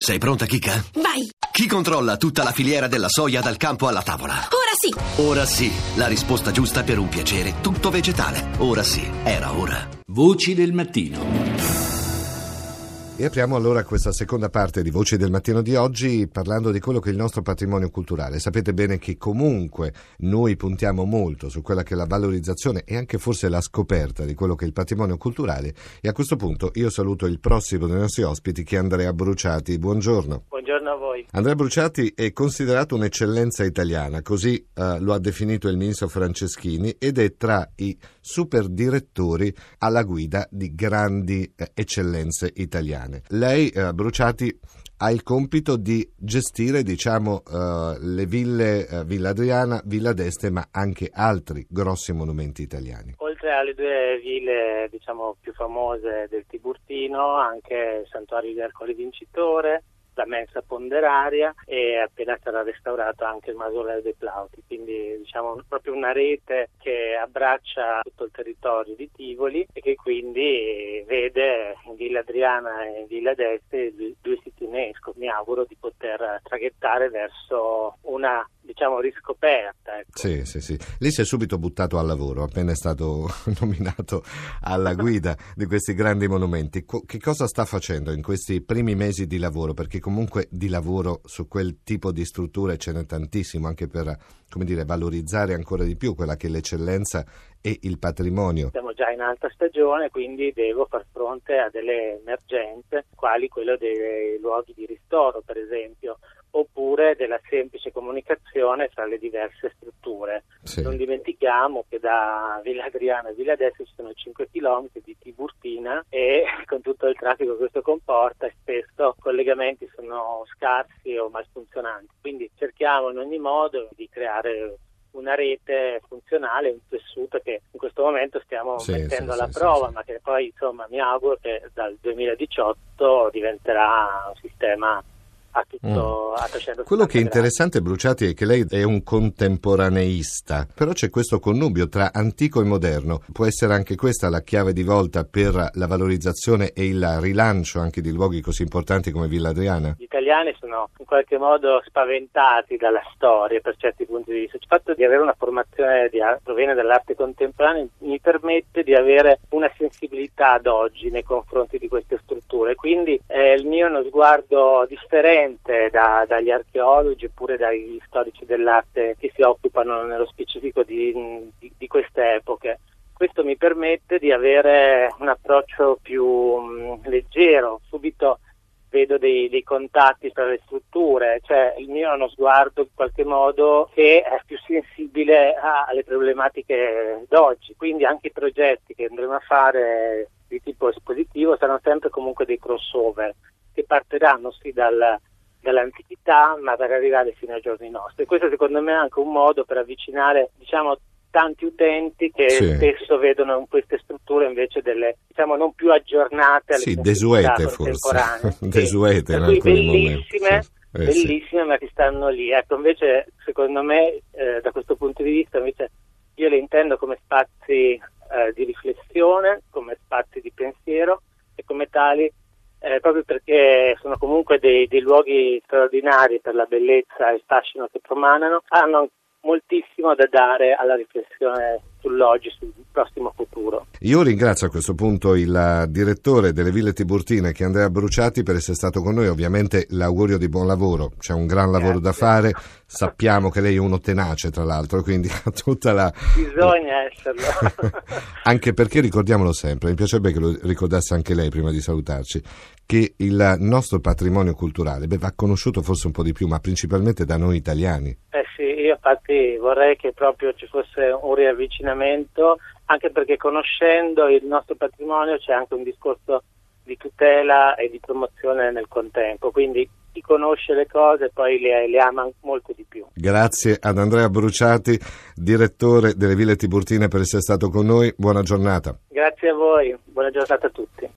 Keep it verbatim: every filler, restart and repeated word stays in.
Sei pronta, Chicca? Vai! Chi controlla tutta la filiera della soia dal campo alla tavola? Ora sì! Ora sì, la risposta giusta per un piacere tutto vegetale. Ora sì, era ora. Voci del mattino. E apriamo allora questa seconda parte di Voci del Mattino di oggi parlando di quello che è il nostro patrimonio culturale. Sapete bene che comunque noi puntiamo molto su quella che è la valorizzazione e anche forse la scoperta di quello che è il patrimonio culturale, e a questo punto io saluto il prossimo dei nostri ospiti, che è Andrea Bruciati. Buongiorno. Buongiorno a voi. Andrea Bruciati è considerato un'eccellenza italiana, così eh, lo ha definito il ministro Franceschini, ed è tra i super direttori alla guida di grandi eh, eccellenze italiane. Lei, eh, Bruciati, ha il compito di gestire, diciamo, eh, le ville eh, Villa Adriana, Villa d'Este, ma anche altri grossi monumenti italiani. Oltre alle due ville, diciamo, più famose del Tiburtino, anche il Santuario di Ercole Vincitore, la mensa ponderaria, e appena sarà restaurato anche il mausoleo dei Plauti, quindi diciamo proprio una rete che abbraccia tutto il territorio di Tivoli e che quindi vede in Villa Adriana e in Villa d'Este due siti UNESCO. Mi auguro di poter traghettare verso una, diciamo, riscoperta. Ecco. Sì, sì, sì. Lei si è subito buttato al lavoro, appena è stato nominato alla guida di questi grandi monumenti. Co- che cosa sta facendo in questi primi mesi di lavoro? Perché comunque di lavoro su quel tipo di strutture ce n'è tantissimo, anche per, come dire, valorizzare ancora di più quella che è l'eccellenza e il patrimonio. Siamo già in alta stagione, quindi devo far fronte a delle emergenze, quali quello dei luoghi di ristoro, per esempio, oppure della semplice comunicazione tra le diverse strutture. Sì. Non dimentichiamo che da Villa Adriana a Villa d'Este ci sono cinque chilometri di Tiburtina, e con tutto il traffico che questo comporta spesso i collegamenti sono scarsi o malfunzionanti, quindi cerchiamo in ogni modo di creare una rete funzionale, un tessuto che in questo momento stiamo sì, mettendo sì, alla sì, prova, sì, ma che poi insomma mi auguro che dal duemiladiciotto diventerà un sistema a tutto mm. a trecentosessanta Quello che è gradi. interessante, Bruciati, è che lei è un contemporaneista, però c'è questo connubio tra antico e moderno. Può essere anche questa la chiave di volta per la valorizzazione e il rilancio anche di luoghi così importanti come Villa Adriana? Gli italiani sono in qualche modo spaventati dalla storia per certi punti di vista. Il fatto di avere una formazione che proviene dall'arte contemporanea mi permette di avere una sensibilità ad oggi nei confronti di queste strutture, quindi eh, il mio è uno sguardo differente Da, dagli archeologi oppure dagli storici dell'arte che si occupano nello specifico di, di, di queste epoche. Questo mi permette di avere un approccio più um, leggero. Subito vedo dei, dei contatti tra le strutture, cioè il mio è uno sguardo in qualche modo che è più sensibile alle problematiche d'oggi, quindi anche i progetti che andremo a fare di tipo espositivo saranno sempre comunque dei crossover che partiranno sì dal dall'antichità, ma per arrivare fino ai giorni nostri. Questo secondo me è anche un modo per avvicinare, diciamo, tanti utenti che sì. spesso vedono in queste strutture invece delle, diciamo, non più aggiornate alle sì, desuete forse, sì. desuete in alcuni momenti. bellissime, Sì. Eh, bellissime, sì. ma che stanno lì. Ecco, invece, secondo me, eh, da questo punto di vista, invece, io le intendo come spazi eh, di riflessione, come spazi di pensiero, e come tali Eh, proprio perché sono comunque dei, dei luoghi straordinari per la bellezza e il fascino che promanano, hanno moltissimo da dare alla riflessione sull'oggi, sul prossimo futuro. Io ringrazio a questo punto il direttore delle Ville Tiburtine, che è Andrea Bruciati, per essere stato con noi. Ovviamente l'augurio di buon lavoro, c'è un gran lavoro Grazie. da fare, sappiamo che lei è uno tenace tra l'altro, quindi ha tutta la... Bisogna esserlo. Anche perché, ricordiamolo sempre, mi piacerebbe che lo ricordasse anche lei prima di salutarci, che il nostro patrimonio culturale beh, va conosciuto forse un po' di più, ma principalmente da noi italiani. Eh sì, io infatti vorrei che proprio ci fosse un riavvicinamento, anche perché conoscendo il nostro patrimonio c'è anche un discorso di tutela e di promozione nel contempo, quindi chi conosce le cose poi le, le ama molto di più. Grazie ad Andrea Bruciati, direttore delle Ville Tiburtine, per essere stato con noi. Buona giornata. Grazie a voi, buona giornata a tutti.